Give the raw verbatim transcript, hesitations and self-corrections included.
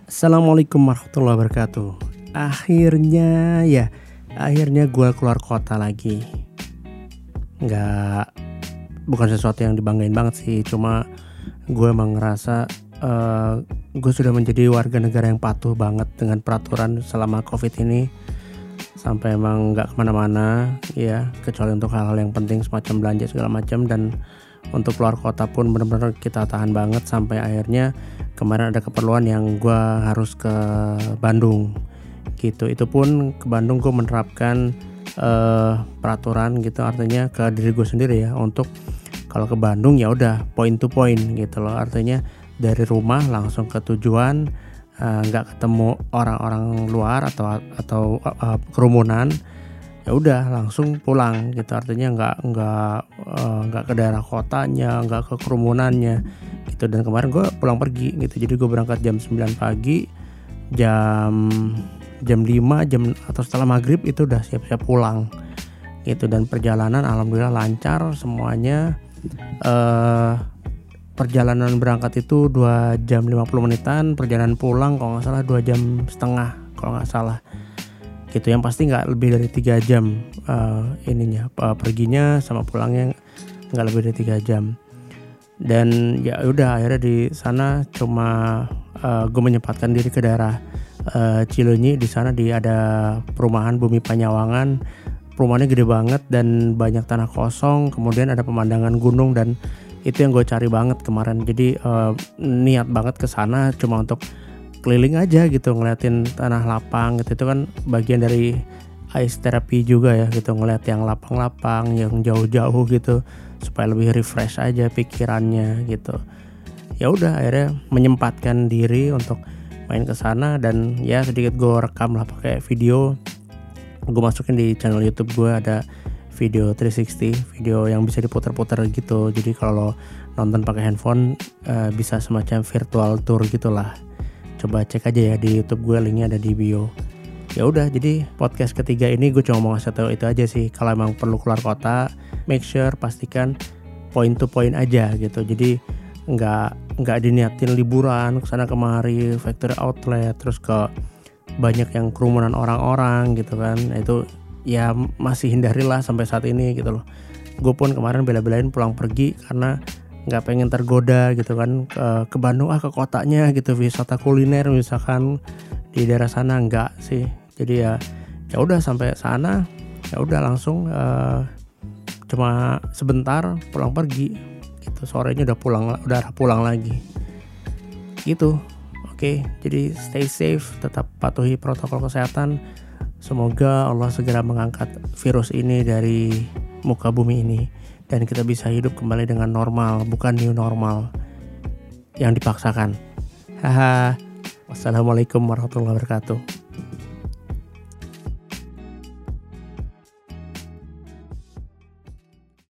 Assalamualaikum warahmatullahi wabarakatuh. Akhirnya ya, akhirnya gue keluar kota lagi. Nggak, bukan sesuatu yang dibanggain banget sih. Cuma gue emang ngerasa uh, gue sudah menjadi warga negara yang patuh banget dengan peraturan selama COVID ini. Sampai emang nggak kemana-mana ya, kecuali untuk hal-hal yang penting semacam belanja segala macam. Dan untuk keluar kota pun benar-benar kita tahan banget sampai akhirnya kemarin ada keperluan yang gue harus ke Bandung gitu. Itu pun ke Bandung gue menerapkan uh, peraturan gitu, artinya ke diri gue sendiri ya, untuk kalau ke Bandung ya udah point to point gitu loh, artinya dari rumah langsung ke tujuan, nggak uh, ketemu orang-orang luar atau atau uh, kerumunan, ya udah langsung pulang gitu, artinya nggak nggak uh, nggak ke daerah kotanya, nggak ke kerumunannya gitu. Dan kemarin gue pulang pergi gitu, jadi gue berangkat jam sembilan pagi, jam jam lima jam atau setelah maghrib itu udah siap-siap pulang gitu. Dan perjalanan alhamdulillah lancar semuanya. Uh, perjalanan berangkat itu dua jam lima puluh menitan, perjalanan pulang kalau nggak salah dua jam setengah kalau nggak salah gitu. Yang pasti nggak lebih dari tiga jam uh, ininya uh, perginya sama pulangnya, nggak lebih dari tiga jam. Dan ya udah akhirnya di sana cuma uh, gue menyempatkan diri ke daerah uh, Cileunyi. Di sana di ada perumahan Bumi Panyawangan, perumahannya gede banget dan banyak tanah kosong, kemudian ada pemandangan gunung, dan itu yang gue cari banget kemarin. Jadi uh, niat banget ke sana cuma untuk keliling aja gitu, ngeliatin tanah lapang gitu. Itu kan bagian dari ice therapy juga ya gitu, ngeliat yang lapang-lapang, yang jauh-jauh gitu, supaya lebih refresh aja pikirannya gitu. Ya udah akhirnya menyempatkan diri untuk main ke sana, dan ya sedikit gue rekam lah pakai video. Gue masukin di channel YouTube gue, ada video tiga enam nol, video yang bisa diputar-putar gitu. Jadi kalau nonton pakai handphone uh, bisa semacam virtual tour gitulah. Coba cek aja ya di YouTube gue, linknya ada di bio. Ya udah, jadi podcast ketiga ini gue cuma mau ngasih tahu itu aja sih. Kalau emang perlu keluar kota, make sure pastikan point to point aja gitu. Jadi nggak nggak diniatin liburan kesana kemari, factory outlet, terus ke banyak yang kerumunan orang-orang gitu kan. Nah, itu ya masih hindarilah sampai saat ini gitu loh. Gue pun kemarin bela-belain pulang pergi karena nggak pengen tergoda gitu kan ke, ke Bandung, ah ke kotanya gitu, wisata kuliner misalkan di daerah sana, enggak sih. Jadi ya ya udah sampai sana ya udah langsung uh, cuma sebentar pulang pergi gitu, sorenya udah pulang udah pulang lagi gitu. Oke, jadi stay safe, tetap patuhi protokol kesehatan. Semoga Allah segera mengangkat virus ini dari muka bumi ini dan kita bisa hidup kembali dengan normal, bukan new normal yang dipaksakan. Haha. Wassalamualaikum warahmatullahi wabarakatuh.